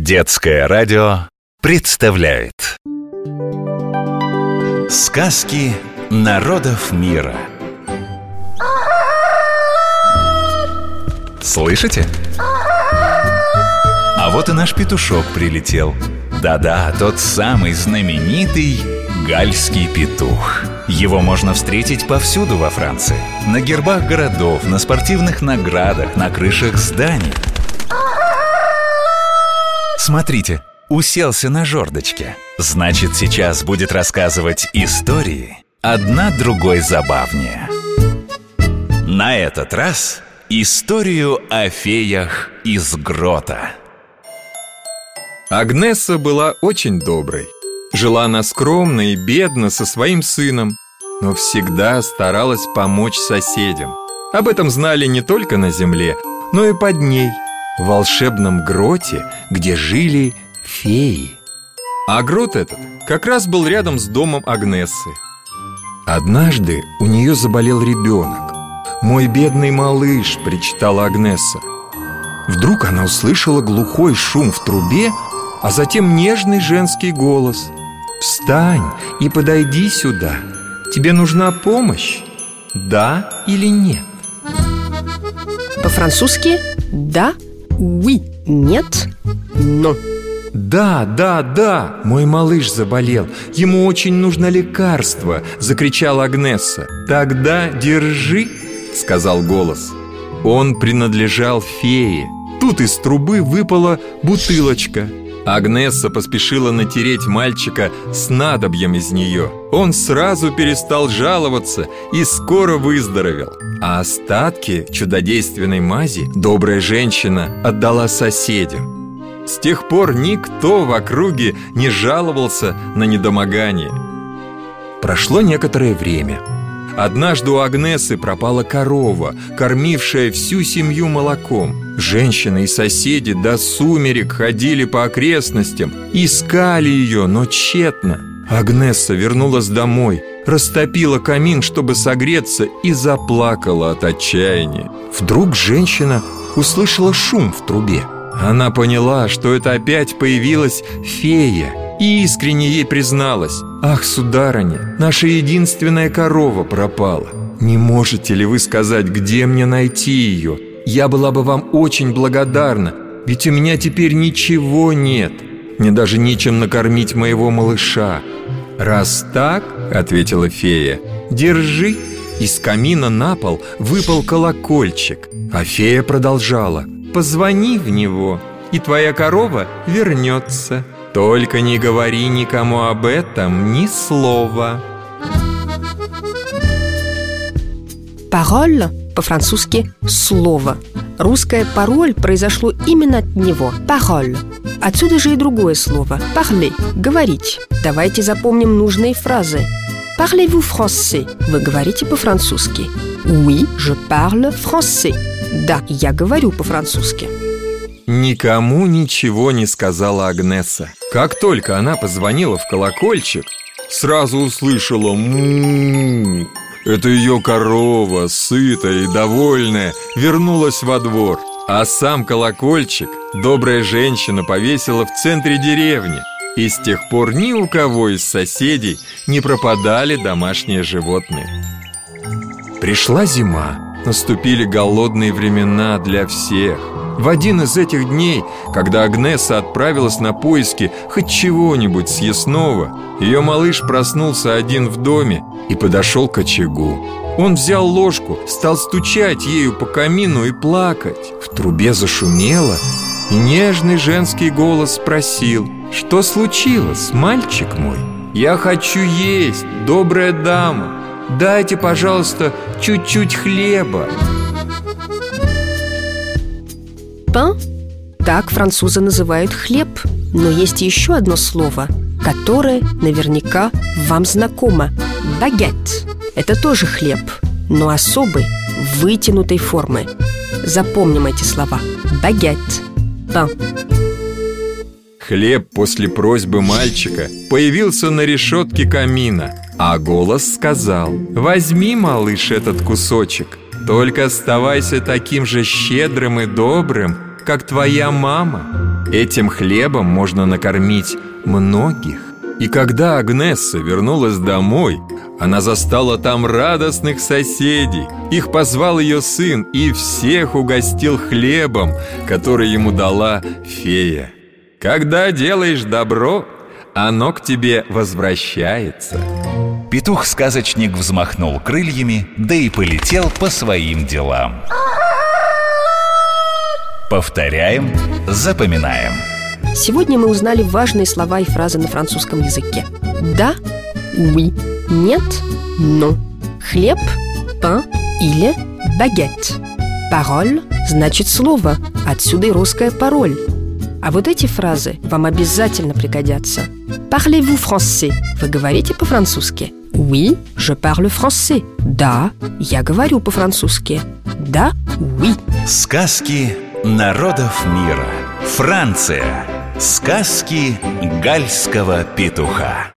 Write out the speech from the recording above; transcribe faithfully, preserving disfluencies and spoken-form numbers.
Детское радио представляет сказки народов мира. Слышите? А вот и наш петушок прилетел. Да-да, тот самый знаменитый гальский петух. Его можно встретить повсюду во Франции. На гербах городов, на спортивных наградах, на крышах зданий. Смотрите, уселся на жердочке. Значит, сейчас будет рассказывать истории, одна другой забавнее. На этот раз историю о феях из грота. Агнесса была очень доброй. Жила она скромно и бедно со своим сыном, но всегда старалась помочь соседям. Об этом знали не только на земле, но и под ней, в волшебном гроте, где жили феи. А грот этот как раз был рядом с домом Агнессы. Однажды у нее заболел ребенок. «Мой бедный малыш», — причитала Агнесса. Вдруг она услышала глухой шум в трубе, а затем нежный женский голос. «Встань и подойди сюда. Тебе нужна помощь? Да или нет?» По-французски «да», «oui», «нет», «non». «Да, да, да, мой малыш заболел. Ему очень нужно лекарство», — закричала Агнесса. «Тогда держи», — сказал голос. Он принадлежал фее. Тут из трубы выпала бутылочка. Агнесса поспешила натереть мальчика снадобьем из нее. Он сразу перестал жаловаться и скоро выздоровел. А остатки чудодейственной мази добрая женщина отдала соседям. С тех пор никто в округе не жаловался на недомогание. Прошло некоторое время. Однажды у Агнессы пропала корова, кормившая всю семью молоком. Женщины и соседи до сумерек ходили по окрестностям, искали ее, но тщетно. Агнесса вернулась домой, растопила камин, чтобы согреться, и заплакала от отчаяния. Вдруг женщина услышала шум в трубе. Она поняла, что это опять появилась фея, и искренне ей призналась: «Ах, сударыня, наша единственная корова пропала. Не можете ли вы сказать, где мне найти ее? Я была бы вам очень благодарна, ведь у меня теперь ничего нет. Мне даже нечем накормить моего малыша». «Раз так, — ответила фея, — держи». Из камина на пол выпал колокольчик, а фея продолжала: «Позвони в него, и твоя корова вернется. Только не говори никому об этом ни слова». Пароль по-французски «слово». Русское «пароль» произошло именно от него – «пароль». Отсюда же и другое слово – «parler» – «говорить». Давайте запомним нужные фразы. Parlez-vous français? Вы говорите по-французски. Oui, je parle français. Да, я говорю по-французски. Никому ничего не сказала Агнесса. Как только она позвонила в колокольчик, сразу услышала «му». Это ее корова, сытая и довольная, вернулась во двор. А сам колокольчик добрая женщина повесила в центре деревни. И с тех пор ни у кого из соседей не пропадали домашние животные. Пришла зима, наступили голодные времена для всех. В один из этих дней, когда Агнесса отправилась на поиски хоть чего-нибудь съестного, ее малыш проснулся один в доме и подошел к очагу. Он взял ложку, стал стучать ею по камину и плакать. В трубе зашумело, и нежный женский голос спросил: «Что случилось, мальчик мой?» «Я хочу есть, добрая дама. Дайте, пожалуйста, чуть-чуть хлеба». Pain? Так французы называют хлеб. Но есть еще одно слово, которое наверняка вам знакомо – «багет». Это тоже хлеб, но особой, вытянутой формы. Запомним эти слова – «багет», «pain». Хлеб после просьбы мальчика появился на решетке камина, а голос сказал: «Возьми, малыш, этот кусочек. Только оставайся таким же щедрым и добрым, как твоя мама». Этим хлебом можно накормить многих. И когда Агнесса вернулась домой, она застала там радостных соседей. Их позвал ее сын и всех угостил хлебом, который ему дала фея. Когда делаешь добро, оно к тебе возвращается. Петух-сказочник взмахнул крыльями, да и полетел по своим делам. Повторяем, запоминаем. Сегодня мы узнали важные слова и фразы на французском языке. Да, oui, нет, non. Хлеб, pain или baguette. Parole значит слово, отсюда и русская пароль. А вот эти фразы вам обязательно пригодятся. Parlez-vous français? Вы говорите по-французски? Oui, je parle français. Да, я говорю по-французски. Да, oui. Сказки народов мира. Франция. Сказки Гальского петуха.